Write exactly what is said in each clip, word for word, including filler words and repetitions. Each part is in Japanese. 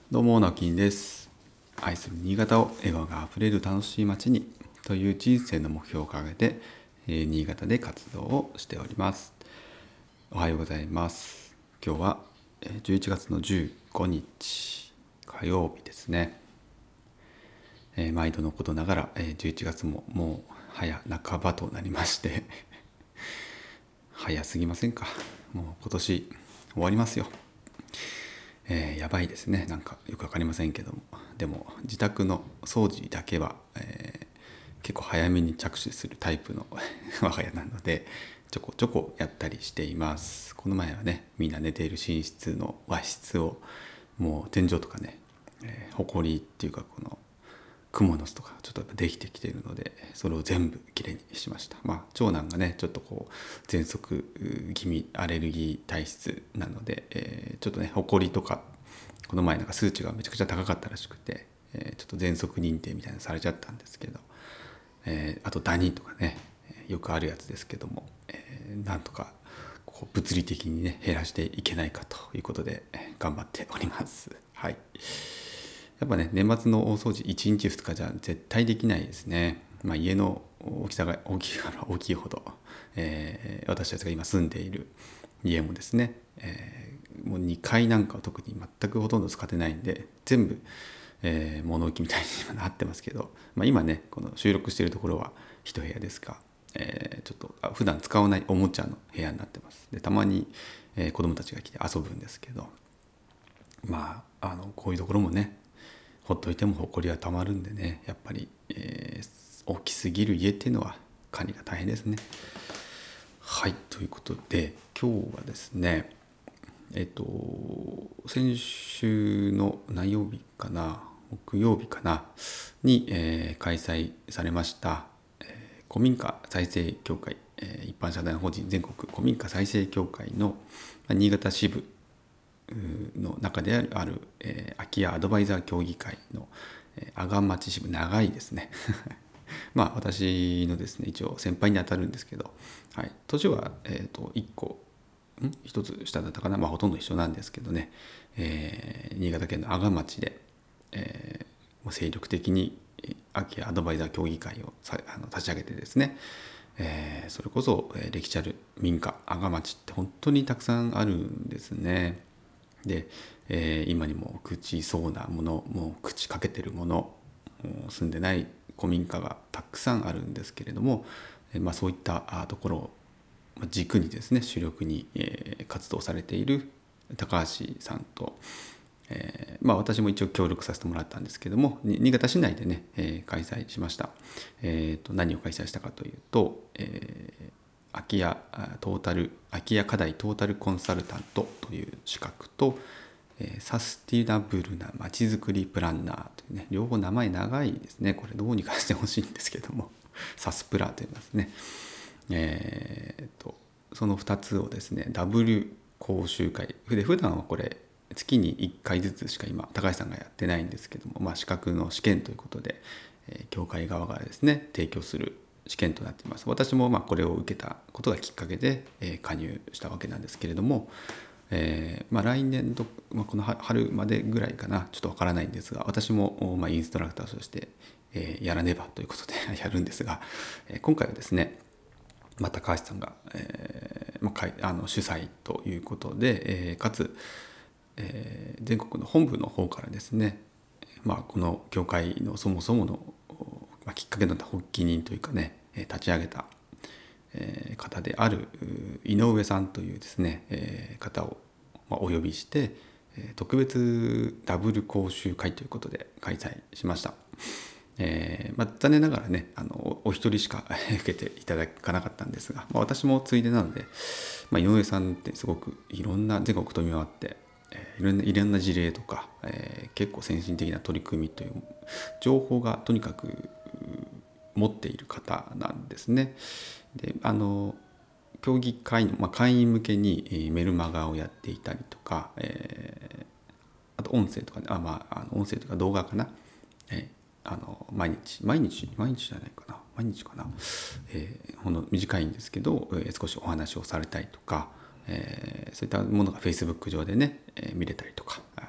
どうも、なきんです。愛する新潟を笑顔があふれる楽しい街にという人生の目標を掲げて、えー新潟で活動をしております。おはようございます。今日はえーじゅういちがつのじゅうごにち火曜日ですね。えー毎度のことながら、えーじゅういちがつももう早半ばとなりまして早すぎませんか。もう今年終わりますよ。えーやばいですね。なんかよくわかりませんけども、でも自宅の掃除だけは、えー結構早めに着手するタイプの我が家なので、ちょこちょこやったりしています。この前はね、みんな寝ている寝室の和室をもう天井とかね、えー、ほこりっていうかこのクモの巣とかちょっとやっぱできてきているので、それを全部きれいにしました。まあ長男がねちょっとこう喘息気味アレルギー体質なので、えーちょっとねほこりとかこの前なんか数値がめちゃくちゃ高かったらしくて、えーちょっと喘息認定みたいなのされちゃったんですけど、えーあとダニとかね、よくあるやつですけども、えーなんとかこう物理的にね減らしていけないかということで、えー頑張っております。はい。やっぱね、年末の大掃除いちにちふつかじゃ絶対できないですね。まあ、家の大きさが大きいから大きいほど、えー私たちが今住んでいる家もですね、えーもうにかいなんかは特に全くほとんど使ってないんで、全部、えー物置みたいに今なってますけど、まあ、今ねこの収録しているところは一部屋ですが、えーちょっとあ普段使わないおもちゃの部屋になってます。でたまに、えー子供たちが来て遊ぶんですけど、まああのこういうところもねほっといても埃はたまるんでね、やっぱり、えー大きすぎる家っていうのは管理が大変ですね。はい、ということで今日はですね、えっと先週の何曜日かな、木曜日かなに、えー開催されました、えー古民家再生協会、えー一般社団法人全国古民家再生協会のまあ新潟支部の中である、あるえー空き家アドバイザー協議会の、えー阿賀町支部、長いですねまあ私のですね一応先輩にあたるんですけど、はい、年は、えー、といっこんひとつ下だったかな、まあ、ほとんど一緒なんですけどね、えー新潟県の阿賀町で、えーもう精力的にえー空き家アドバイザー協議会をさあの立ち上げてですね、えーそれこそ、えー歴史ある民家阿賀町って本当にたくさんあるんですね。で、えー今にも朽ちそうなもの、もう朽ちかけてるもの、もう住んでない古民家がたくさんあるんですけれども、えーまあ、そういったあところをまあ軸にですね主力に、えー活動されている高橋さんと、えーまあ、私も一応協力させてもらったんですけども、に新潟市内でね、えー開催しました。えーと何を開催したかというと、えー空き家トータル空き家課題トータルコンサルタントという資格と、えーサスティナブルなまちづくりプランナーというね、両方名前長いですね。これどうにかしてほしいんですけどもサスプラと言いますね。えーとそのふたつをですねダブル講習会で、普段はこれ月にいっかいずつしか今高橋さんがやってないんですけども、まあ、資格の試験ということで、えー協会側がですね提供する試験となっています。私もまあこれを受けたことがきっかけで、えー加入したわけなんですけれども、えーまあ、来年度、まあ、この春までぐらいかな、ちょっとわからないんですが、私も、まあ、インストラクターとして、えーやらねばということでやるんですが、えー今回はですね、まあ、高橋さんが、えーまあ、かいあの主催ということで、えーかつ、えー全国の本部の方からですね、まあ、この協会のそもそもの、まあ、きっかけの発起人というかね、えー立ち上げた、えー方であるう井上さんというですね、えー方を、まあ、お呼びして、えー特別ダブル講習会ということで開催しました。えーまあ、残念ながらねあのおお一人しか受けていただかなかったんですが、まあ、私もついでなので、まあ、井上さんってすごくいろんな全国飛び回って、えーいろんないろんな事例とか、えー結構先進的な取り組みという情報がとにかく持っている方なんですね。であの協議会の、まあ、会員向けに、えーメルマガをやっていたりとか、えーあと音声とかね、あ、まあ、あの音声とか動画かな、えーあの毎日毎日毎日じゃないかな毎日かな、えーほんの短いんですけど、えー少しお話をされたりとか、えーそういったものが Facebook 上でね、えー見れたりとか、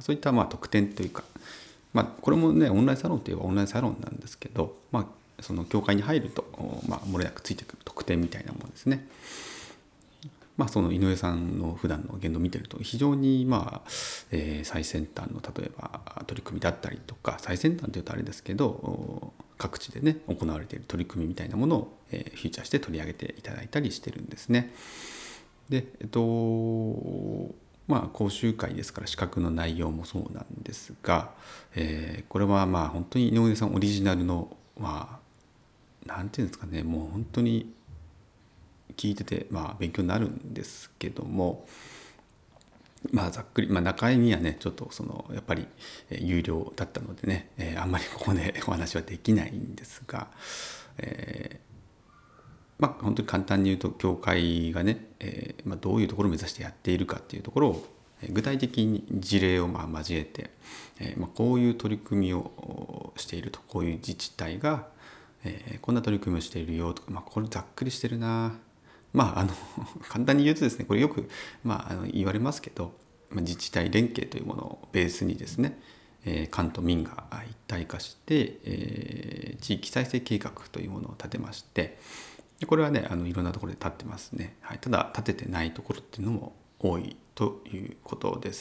そういったまあ特典というか、まあ、これもねオンラインサロンといえばオンラインサロンなんですけど、まあ、その協会に入ると、まあ、漏れなくついてくる特典みたいなものですね。まあ、その井上さんの普段の言動を見てると非常にまあ、えー最先端の例えば取り組みだったりとか、最先端というとあれですけど各地でね行われている取り組みみたいなものを、えーフィーチャーして取り上げていただいたりしてるんですね。でえっとまあ講習会ですから資格の内容もそうなんですが、えーこれはまあ本当に井上さんオリジナルのまあなんていうんですかね、もう本当に聞いててまあ勉強になるんですけども、まあざっくり、まあ、中身はねちょっとそのやっぱりえー有料だったのでね、えーあんまりここでお話はできないんですが、えーまあ本当に簡単に言うと教会がね、えーまあ、どういうところを目指してやっているかっていうところをえー具体的に事例をまあ交えて、えーまあ、こういう取り組みをしていると、こういう自治体が、えーこんな取り組みをしているよとか、まあ、これざっくりしてるな。まああの簡単に言うとですね、これよく、まあ、あの言われますけど、まあ、自治体連携というものをベースにですね、えー官と民が一体化して、えー地域再生計画というものを立てまして、でこれはねあのいろんなところで立ってますね、はい、ただ立ててないところっていうのも多いということです、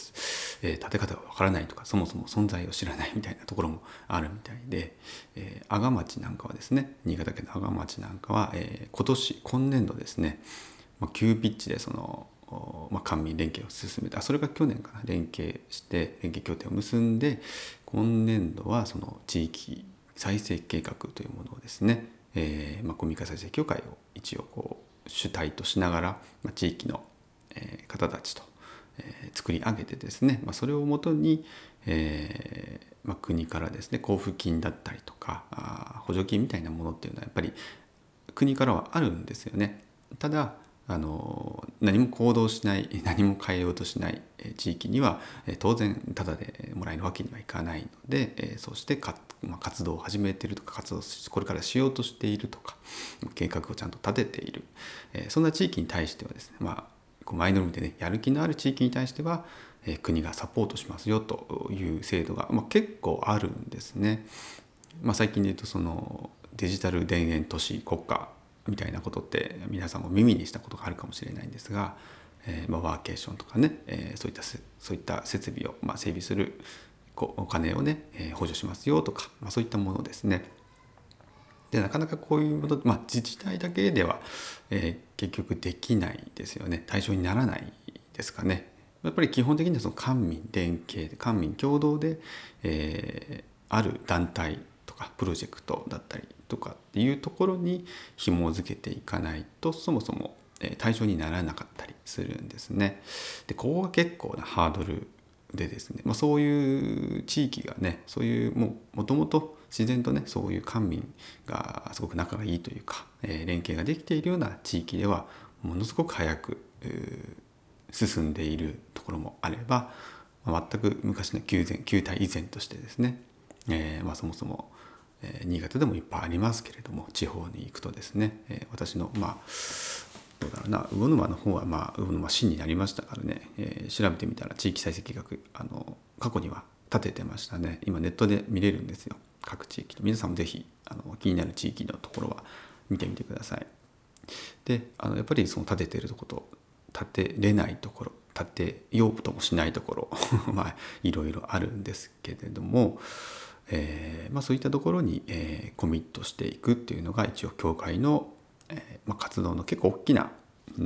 えー立て方がわからないとか、そもそも存在を知らないみたいなところもあるみたいで、えー、阿賀町なんかはですね、新潟県の阿賀町なんかは、えー今年今年度ですね、まあ、急ピッチでその、まあ、官民連携を進めた、それが去年かな、連携して連携協定を結んで、今年度はその地域再生計画というものをですね、えーまあ、公民館再生協会を一応こう主体としながら、まあ、地域の、えー方たちと、えー作り上げてですね、まあ、それをもとに、えーまあ、国からですね交付金だったりとかあ補助金みたいなものっていうのはやっぱり国からはあるんですよね。ただあの何も行動しない何も変えようとしない地域には当然タダでもらえるわけにはいかないので、そうしてか、まあ、活動を始めているとか、活動をこれからしようとしているとか、計画をちゃんと立てている、そんな地域に対してはですね、まあこう前のめりでねやる気のある地域に対しては国がサポートしますよという制度が、まあ、結構あるんですね。まあ、最近で言うとそのデジタル田園都市国家みたいなことって皆さんも耳にしたことがあるかもしれないんですが、えーまあ、ワーケーションとかね、えーそういったそういった設備を、まあ、整備するこうお金をね、えー補助しますよとか、まあ、そういったものですね。でなかなかこういうもの、まあ、自治体だけでは、えー結局できないですよね。対象にならないですかね。やっぱり基本的にはその官民連携官民共同で、えーある団体とかプロジェクトだったりとかっていうところに紐づけていかないと、そもそもえー対象にならなかったりするんですね。でここが結構なハードルでですね、まあ、そういう地域がね、そういうもうもともと自然とねそういう官民がすごく仲がいいというか、えー連携ができているような地域ではものすごく早くうー進んでいるところもあれば、まあ全く昔の旧前旧態依然としてですね、えーまあ、そもそも、えー新潟でもいっぱいありますけれども、地方に行くとですね、えー私のまあどうだろうな、魚沼の方はまあ魚沼市になりましたからね、えー調べてみたら地域再生計画あの過去には立ててましたね。今ネットで見れるんですよ、各地域の。皆さんもぜひあの気になる地域のところは見てみてください。であのやっぱりその立てているところと立てれないところ、立てようともしないところまあいろいろあるんですけれども、えーまあ、そういったところに、えーコミットしていくっていうのが一応教会の、えーまあ、活動の結構大きなうん、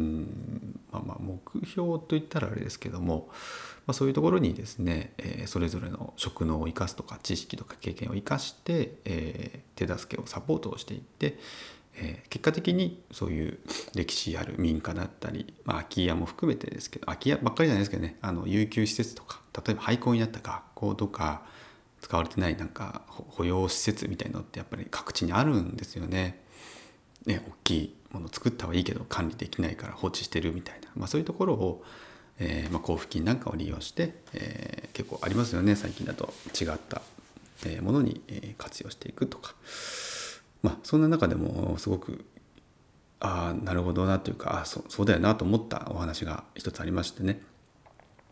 まあ、まあ目標といったらあれですけども、まあ、そういうところにですね、えーそれぞれの職能を生かすとか知識とか経験を生かして、えー手助けをサポートをしていって、えー結果的にそういう歴史ある民家だったり、まあ、空き家も含めてですけど、空き家ばっかりじゃないですけどね、あの遊休施設とか、例えば廃校になった学校とか使われてないなんか保養施設みたいのってやっぱり各地にあるんですよね。ね、大きいものを作ったはいいけど管理できないから放置してるみたいな、まあ、そういうところを、えーまあ、交付金なんかを利用して、えー結構ありますよね、最近だと違ったえーものにえー活用していくとか、まあ、そんな中でもすごくああなるほどなというか、あそそうだよなと思ったお話が一つありましてね。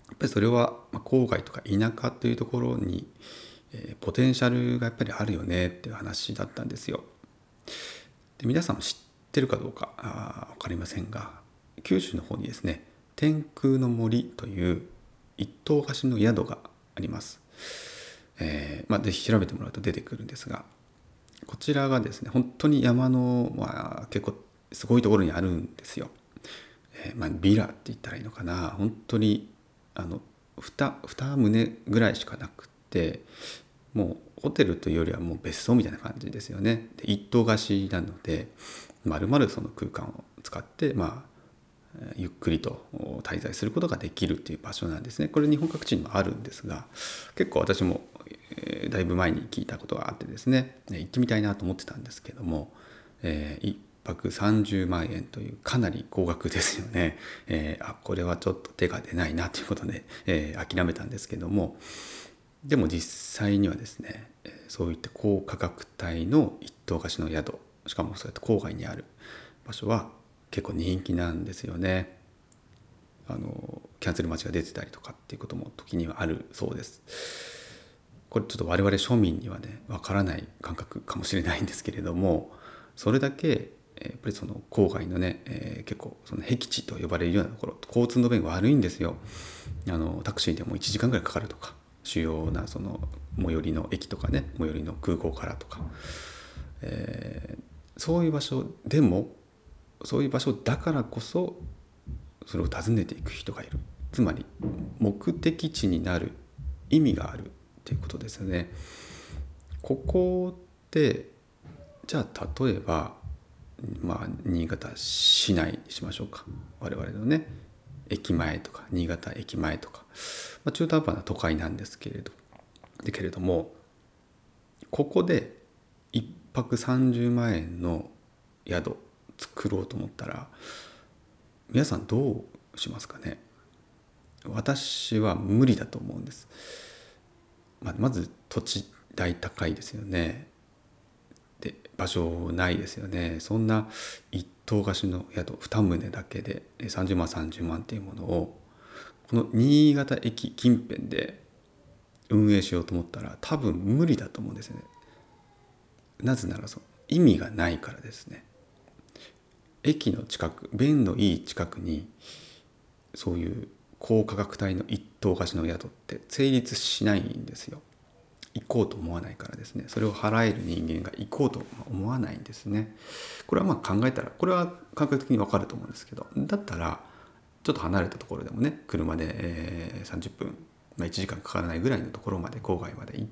やっぱりそれはまあ郊外とか田舎というところに、えーポテンシャルがやっぱりあるよねっていう話だったんですよ。で皆さんも知ってるかどうかあ分かりませんが、九州の方にですね、天空の森という一棟貸しの宿があります。えーまあ、ぜひ調べてもらうと出てくるんですが、こちらがですね本当に山の、まあ、結構すごいところにあるんですよ。えーまあ、ビラって言ったらいいのかな、本当にあの 2, 2棟ぐらいしかなくって、もうホテルというよりはもう別荘みたいな感じですよね。で一棟貸しなので、まるまるその空間を使って、まあ、ゆっくりと滞在することができるっていう場所なんですね。これ日本各地にもあるんですが、結構私も、えーだいぶ前に聞いたことがあってですね、行ってみたいなと思ってたんですけども、えー、いっぱくさんじゅうまんえんというかなり高額ですよね。えー、あこれはちょっと手が出ないなということで、えー諦めたんですけども、でも実際にはですね、えーそういった高価格帯の一棟貸しの宿、しかもそうやって郊外にある場所は結構人気なんですよね。あのキャンセル待ちが出てたりとかっていうことも時にはあるそうです。これちょっと我々庶民にはねわからない感覚かもしれないんですけれども、それだけえーやっぱりその郊外のね、えー結構その僻地と呼ばれるようなところ、交通の便が悪いんですよ。あのタクシーでもいちじかんぐらいかかるとか、主要なその最寄りの駅とかね、最寄りの空港からとか、えーそういう場所でも、そういう場所だからこそそれを訪ねていく人がいる。つまり目的地になる意味があるっていうことですよね。ここってじゃあ例えば、まあ、新潟市内にしましょうか。我々のね駅前とか新潟駅前とか、まあ、中途半端な都会なんですけれどでけれども、ここでいっぱくさんじゅうまん円の宿作ろうと思ったら皆さんどうしますかね。私は無理だと思うんです。まあ、まず土地代高いですよね。で場所ないですよね。そんな一棟貸しの宿に棟だけでさんじゅうまんさんじゅうまんっていうものをこの新潟駅近辺で運営しようと思ったら多分無理だと思うんですよね。なぜならその意味がないからですね。駅の近く、便のいい近くにそういう高価格帯の一棟貸しの宿って成立しないんですよ。行こうと思わないからですね。それを払える人間が行こうと思わないんですね。これはまあ考えたら、これは感覚的に分かると思うんですけど、だったらちょっと離れたところでもね、車で、えーさんじゅっぷん、まあ、いちじかんかからないぐらいのところまで郊外まで行って、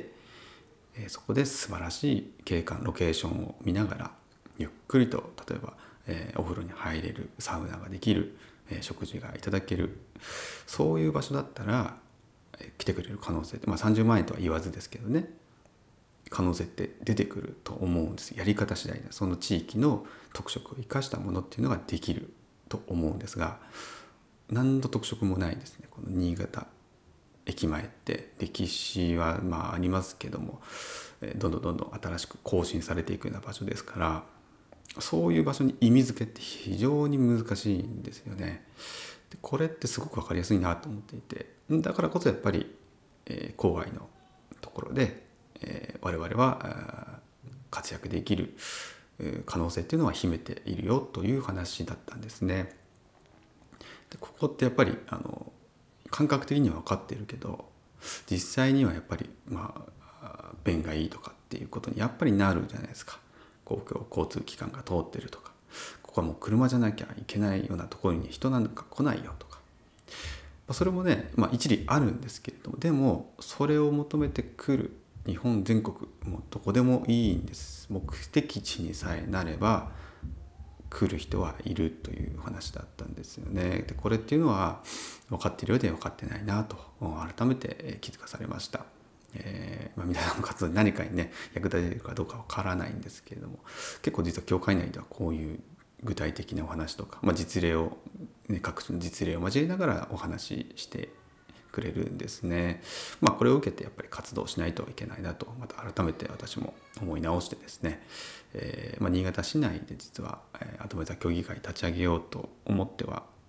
えーそこで素晴らしい景観ロケーションを見ながらゆっくりと、例えば、えーお風呂に入れる、サウナができる、えー食事がいただける、そういう場所だったら、えー来てくれる可能性って、まあ、さんじゅうまん円とは言わずですけどね、可能性って出てくると思うんです。やり方次第でその地域の特色を生かしたものっていうのができると思うんですが、何の特色もないですね。この新潟駅前って歴史はまあありますけども、どんどんどんどん新しく更新されていくような場所ですから、そういう場所に意味付けって非常に難しいんですよね。でこれってすごく分かりやすいなと思っていて、だからこそやっぱり、えー郊外のところで、えー我々は活躍できる可能性っていうのは秘めているよという話だったんですね。でここってやっぱりあの感覚的には分かっているけど、実際にはやっぱりまあ便がいいとかっていうことにやっぱりなるじゃないですか。公共交通機関が通ってるとか、ここはもう車じゃなきゃいけないようなところに人なんか来ないよとか、それもね、まあ、一理あるんですけれども、でもそれを求めてくる日本全国もうどこでもいいんです。目的地にさえなれば来る人はいるという話だったんですよね。でこれっていうのは分かっているようで分かってないなと改めて気づかされました。えーまあ、皆さんの活動に何かにね役立てるかどうか分からないんですけれども、結構実は教会内ではこういう具体的なお話とか、まあ、実例を、ね、各種の実例を交えながらお話ししてくれるんですね。まあ、これを受けてやっぱり活動しないといけないなとまた改めて私も思い直してですね、えーまあ、新潟市内で実は、えー、後部座協議会立ち上げようと思っては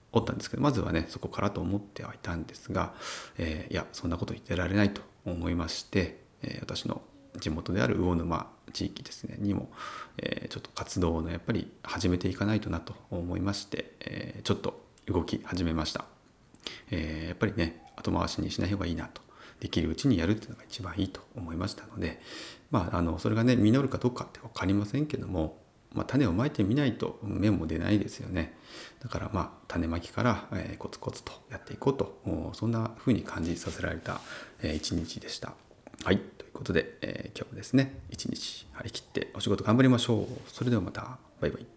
おったんですけど、まずはねそこからと思ってはいたんですが、えー、いやそんなこと言ってられないと思いまして、えー、私の地元である魚沼地域ですねにも、えー、ちょっと活動をやっぱり始めていかないとなと思いまして、えー、ちょっと動き始めました。えー、やっぱりね後回しにしない方がいいなと、できるうちにやるっていうのが一番いいと思いましたので、まあ、あのそれがね実るかどうかって分かりませんけども、まあ、種をまいてみないと芽も出ないですよね。だからまあ種まきから、えー、コツコツとやっていこうと、そんな風に感じさせられた、えー、一日でした。はい、ということで、えー、今日もですね一日張り切ってお仕事頑張りましょう。それではまた、バイバイ。